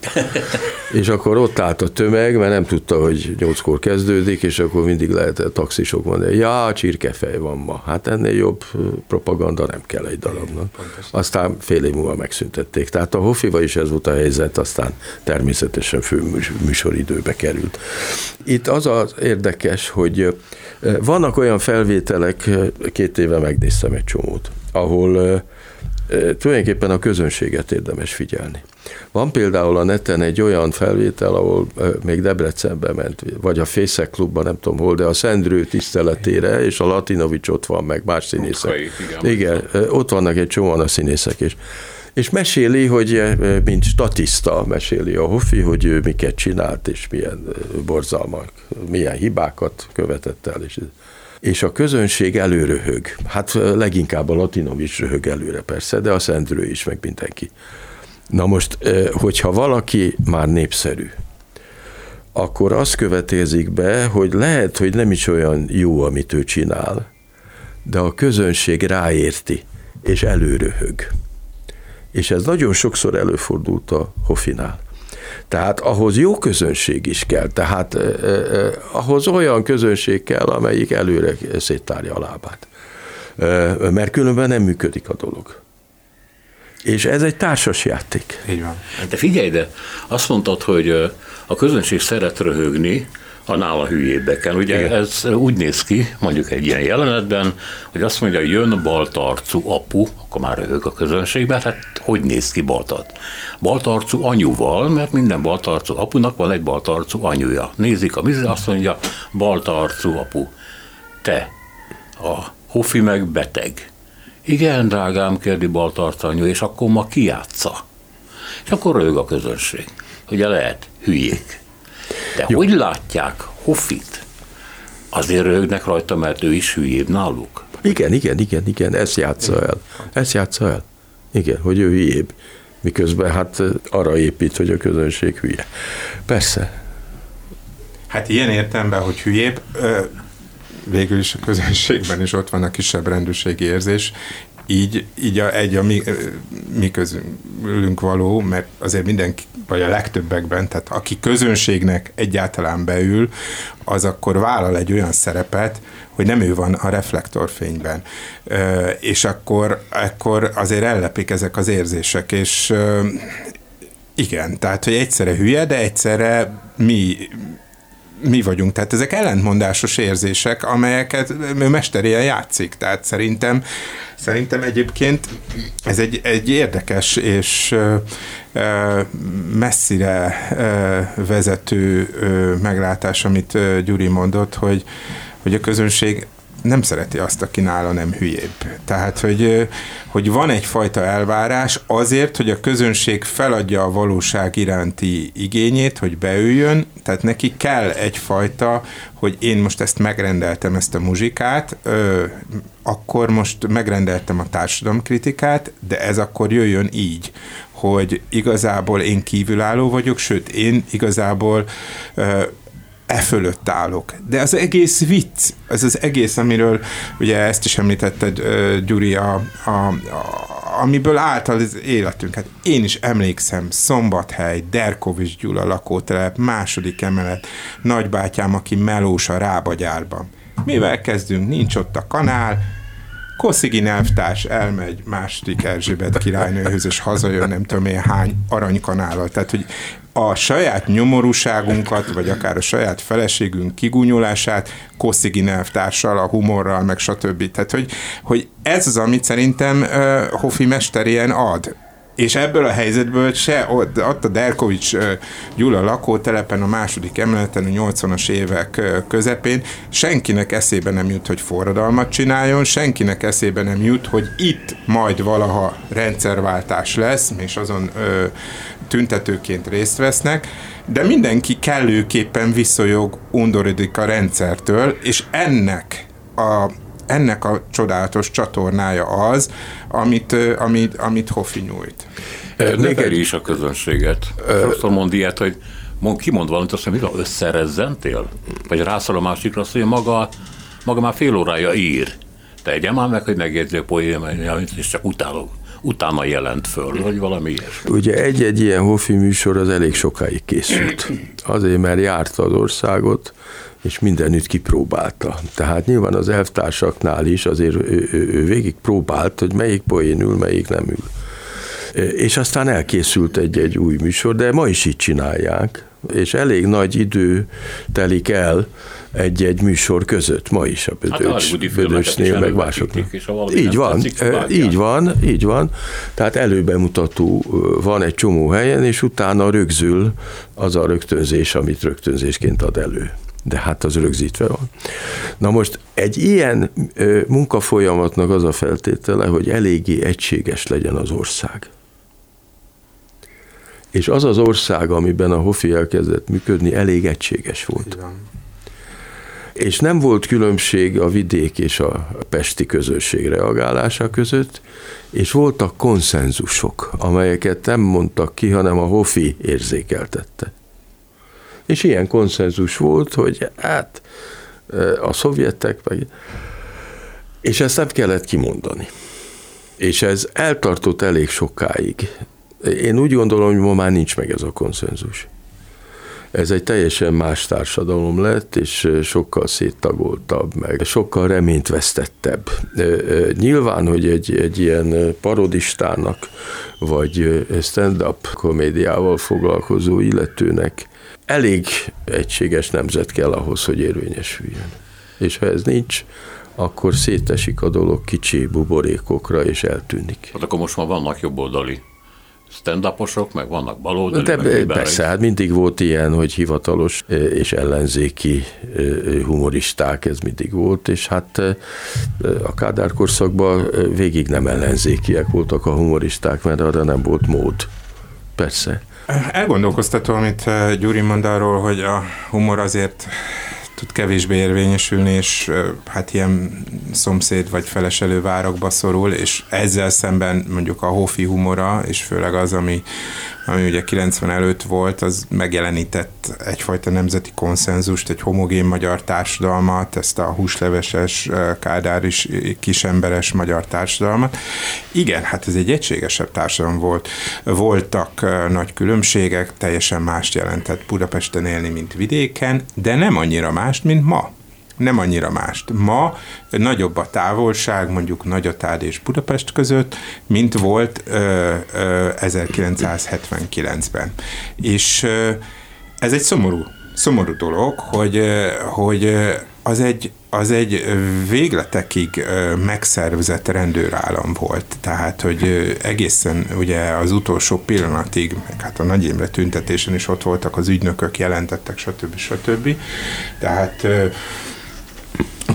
Speaker 3: És akkor ott állt a tömeg, mert nem tudta, hogy nyolckor kezdődik, és akkor mindig lehetett taxisok mondani, ja, csirkefej van ma. Hát ennél jobb propaganda nem kell egy darabnak. Aztán fél év múlva megszüntették. Tehát a Hoffival is ez volt a helyzet, aztán természetesen fő műsoridőbe került. Itt az az érdekes, hogy vannak olyan felvételek, két éve megnéztem egy csomót, ahol tulajdonképpen a közönséget érdemes figyelni. Van például a neten egy olyan felvétel, ahol még Debrecenbe ment, vagy a Fészek klubban, nem tudom hol, de a Szendrő tiszteletére, és a Latinovics ott van, meg más színészek. Igen, igen, ott vannak egy csomóan a színészek is. És meséli, hogy mint statiszta meséli a Hoffi, hogy ő miket csinált, és milyen borzalmak, milyen hibákat követett el. És, és a közönség előröhög. Hát leginkább a Latinovics röhög előre persze, de a Szendrő is, meg mindenki. Na most, hogyha valaki már népszerű, akkor azt követezik be, hogy lehet, hogy nem is olyan jó, amit ő csinál, de a közönség ráérti, és előröhög. És ez nagyon sokszor előfordult a Hoffinál. Tehát ahhoz jó közönség is kell, tehát eh, eh, ahhoz olyan közönség kell, amelyik előre széttárja a lábát. Eh, mert különben nem működik a dolog. És ez egy társas játék.
Speaker 4: Így van.
Speaker 1: De figyelj, de azt mondtad, hogy a közönség szeret röhögni, a nála hülyébbeken. Ugye igen. Ez úgy néz ki, mondjuk egy ilyen jelenetben, hogy azt mondja, jön baltarcú apu, akkor már röhög a közönségben, hát hogy néz ki baltart? Baltarcú anyuval, mert minden baltarcú apunak van egy baltarcú anyuja. Nézik a mizé, azt mondja, baltarcú apu, te, a Hoffi meg beteg. Igen, drágám, kérdi baltarcú anyu, és akkor ma ki játsza? És akkor röhög a közönség. Ugye lehet, hülyék. De jó. Hogy látják Hoffit? Azért röhögnek rajta, mert ő is hülyébb náluk.
Speaker 3: Igen, igen, igen, igen, ezt játsza el. Ezt játsza el. Igen, hogy ő hülyébb. Miközben hát arra épít, hogy a közönség hülye. Persze.
Speaker 4: Hát ilyen értelemben, hogy hülyébb, végül is a közönségben is ott van a kisebb rendőrségi érzés, így, így a, egy a mi, mi közülünk való, mert azért mindenki, vagy a legtöbbekben, tehát aki közönségnek egyáltalán beül, az akkor vállal egy olyan szerepet, hogy nem ő van a reflektorfényben. És akkor, akkor azért ellepik ezek az érzések, és igen, tehát, hogy egyszerre hülye, de egyszerre mi mi vagyunk. Tehát ezek ellentmondásos érzések, amelyeket ő mesterien játszik. Tehát szerintem, szerintem egyébként ez egy, egy érdekes és messzire vezető meglátás, amit Gyuri mondott, hogy, hogy a közönség nem szereti azt, aki nála nem hülyébb. Tehát, hogy, hogy van egyfajta elvárás azért, hogy a közönség feladja a valóság iránti igényét, hogy beüljön, tehát neki kell egyfajta, hogy én most ezt megrendeltem, ezt a muzsikát, ö, akkor most megrendeltem a társadalomkritikát, de ez akkor jöjjön így, hogy igazából én kívülálló vagyok, sőt, én igazából ö, e fölött állok. De az egész vicc, ez az egész, amiről ugye ezt is említetted, uh, Gyuri, a, a, a, amiből által az életünk. Hát én is emlékszem, Szombathely, Derkovics Gyula lakótelep, második emelet, nagybátyám, aki melós a Rábagyárban. Mivel kezdünk? Nincs ott a kanál, Kossuth nyelvtárs elmegy második Erzsébet királynőhöz, és hazajön nem tudom én hány aranykanállal. Tehát, hogy a saját nyomorúságunkat, vagy akár a saját feleségünk kigúnyolását Kossuth nyelvtárssal, a humorral, meg stb. Tehát, hogy, hogy ez az, amit szerintem uh, Hofi mester ilyen ad. És ebből a helyzetből se, ott, ott a Derkovics Gyula lakótelepen, a második emeleten, a nyolcvanas évek közepén senkinek eszébe nem jut, hogy forradalmat csináljon, senkinek eszébe nem jut, hogy itt majd valaha rendszerváltás lesz, és azon ö, tüntetőként részt vesznek, de mindenki kellőképpen visszajog, undoridik a rendszertől, és ennek a ennek a csodálatos csatornája az, amit, amit, amit Hofi nyújt.
Speaker 1: Neveli is a közönséget. Sokszor mond ilyet, hogy mond, ki mond valamit, azt mondja, mire összerezzentél? Vagy rászol a másikra, azt mondja, maga, maga már fél órája ír. Tegyem már meg, hogy megjegyzi a poémát, és csak utálok. Utána jelent föl, vagy valami ilyesmi.
Speaker 3: Ugye egy-egy ilyen Hofi műsor az elég sokáig készült. Azért, mert járta az országot, és mindenütt kipróbálta. Tehát nyilván az elvtársaknál is azért ő, ő, ő végig próbált, hogy melyik poén ül, melyik nem ül. És aztán elkészült egy-egy új műsor, de ma is így csinálják, és elég nagy idő telik el egy-egy műsor között, ma is a Bödöcs, hát Bödöcsnél, meg másoknak. Így van, tetszik, így van, így van. Tehát előbemutató van egy csomó helyen, és utána rögzül az a rögtönzés, amit rögtönzésként ad elő. De hát az rögzítve van. Na most egy ilyen munkafolyamatnak az a feltétele, hogy eléggé egységes legyen az ország. És az az ország, amiben a Hofi elkezdett működni, elég egységes volt. Igen. És nem volt különbség a vidék és a pesti közösség reagálása között, és voltak konszenzusok, amelyeket nem mondtak ki, hanem a Hofi érzékeltette. És ilyen konszenzus volt, hogy hát a szovjetek meg... És ezt nem kellett kimondani. És ez eltartott elég sokáig. Én úgy gondolom, hogy ma már nincs meg ez a konszenzus. Ez egy teljesen más társadalom lett, és sokkal széttagoltabb, meg sokkal reménytvesztettebb. Nyilván, hogy egy, egy ilyen parodistának, vagy stand-up komédiával foglalkozó illetőnek elég egységes nemzet kell ahhoz, hogy érvényesüljön. És ha ez nincs, akkor szétesik a dolog kicsi buborékokra, és eltűnik.
Speaker 1: Hát akkor most már vannak jobboldali stand-uposok, meg vannak baloldali,
Speaker 3: de
Speaker 1: meg
Speaker 3: persze, hát mindig volt ilyen, hogy hivatalos és ellenzéki humoristák, ez mindig volt, és hát a Kádár korszakban végig nem ellenzékiek voltak a humoristák, mert arra nem volt mód. Persze.
Speaker 4: Elgondolkoztató, amit Gyuri mond arról, hogy a humor azért tud kevésbé érvényesülni, és hát ilyen szomszéd vagy feleselő várakba szorul, és ezzel szemben mondjuk a Hofi humora, és főleg az, ami, ami ugye kilencven előtt volt, az megjelenített egyfajta nemzeti konszenzust, egy homogén magyar társadalmat, ezt a húsleveses, kádáris, kisemberes magyar társadalmat. Igen, hát ez egy egységesebb társadalom volt. Voltak nagy különbségek, teljesen mást jelentett Budapesten élni, mint vidéken, de nem annyira mást, mint ma. Nem annyira mást. Ma nagyobb a távolság, mondjuk Nagyatád és Budapest között, mint volt ö, ö, ezerkilencszázhetvenkilencben. És ö, ez egy szomorú, szomorú dolog, hogy, hogy az egy az egy végletekig megszervezett rendőrállam volt. Tehát, hogy egészen ugye az utolsó pillanatig, meg hát a Nagy Imre tüntetésen is ott voltak az ügynökök, jelentettek, stb. stb. Tehát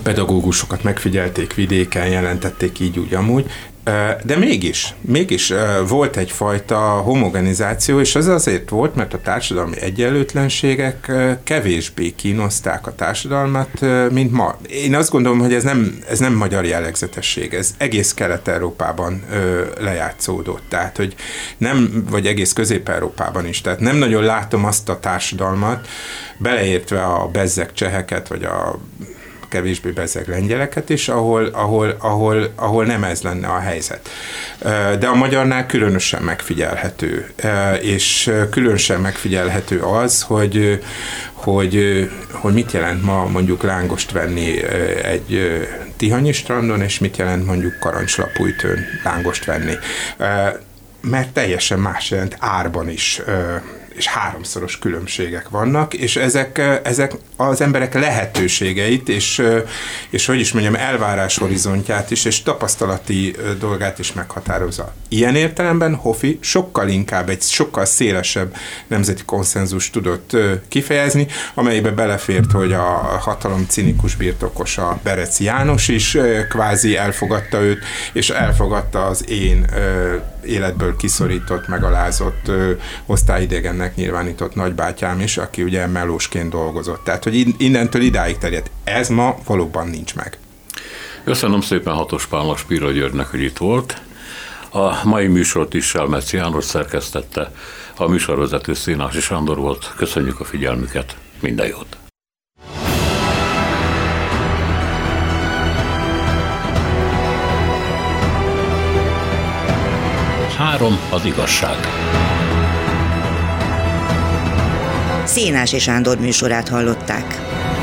Speaker 4: pedagógusokat megfigyelték vidéken, jelentették így úgy amúgy, de mégis, mégis volt egyfajta homogenizáció, és az azért volt, mert a társadalmi egyenlőtlenségek kevésbé kínozták a társadalmat, mint ma. Én azt gondolom, hogy ez nem, ez nem magyar jellegzetesség, ez egész Kelet-Európában lejátszódott, tehát, hogy nem, vagy egész Közép-Európában is, tehát nem nagyon látom azt a társadalmat, beleértve a bezzeg cseheket, vagy a kevésbé bezeg lengyeleket is, ahol, ahol, ahol, ahol nem ez lenne a helyzet. De a magyarnál különösen megfigyelhető, és különösen megfigyelhető az, hogy, hogy, hogy mit jelent ma mondjuk lángost venni egy tihanyi strandon, és mit jelent mondjuk Karancslapújtőn lángost venni. Mert teljesen más jelent árban is, és háromszoros különbségek vannak, és ezek, ezek az emberek lehetőségeit, és, és hogy is mondjam, elvárás horizontját is, és tapasztalati dolgát is meghatározza. Ilyen értelemben Hofi sokkal inkább egy sokkal szélesebb nemzeti konszenzus tudott kifejezni, amelybe belefért, hogy a hatalom cinikus birtokosa Berec János is kvázi elfogadta őt, és elfogadta az én életből kiszorított, megalázott, osztályidegennek nyilvánított nagybátyám is, aki ugye melósként dolgozott. Tehát, hogy innentől idáig terjedt. Ez ma valóban nincs meg.
Speaker 1: Köszönöm szépen Hatos Pálnak, Spiro Györgynek, hogy itt volt. A mai műsort is Selmeci János szerkesztette, a műsorvezető Szénási Sándor volt. Köszönjük a figyelmüket, minden jót! Három az igazság.
Speaker 5: Szénási Sándor műsorát hallották.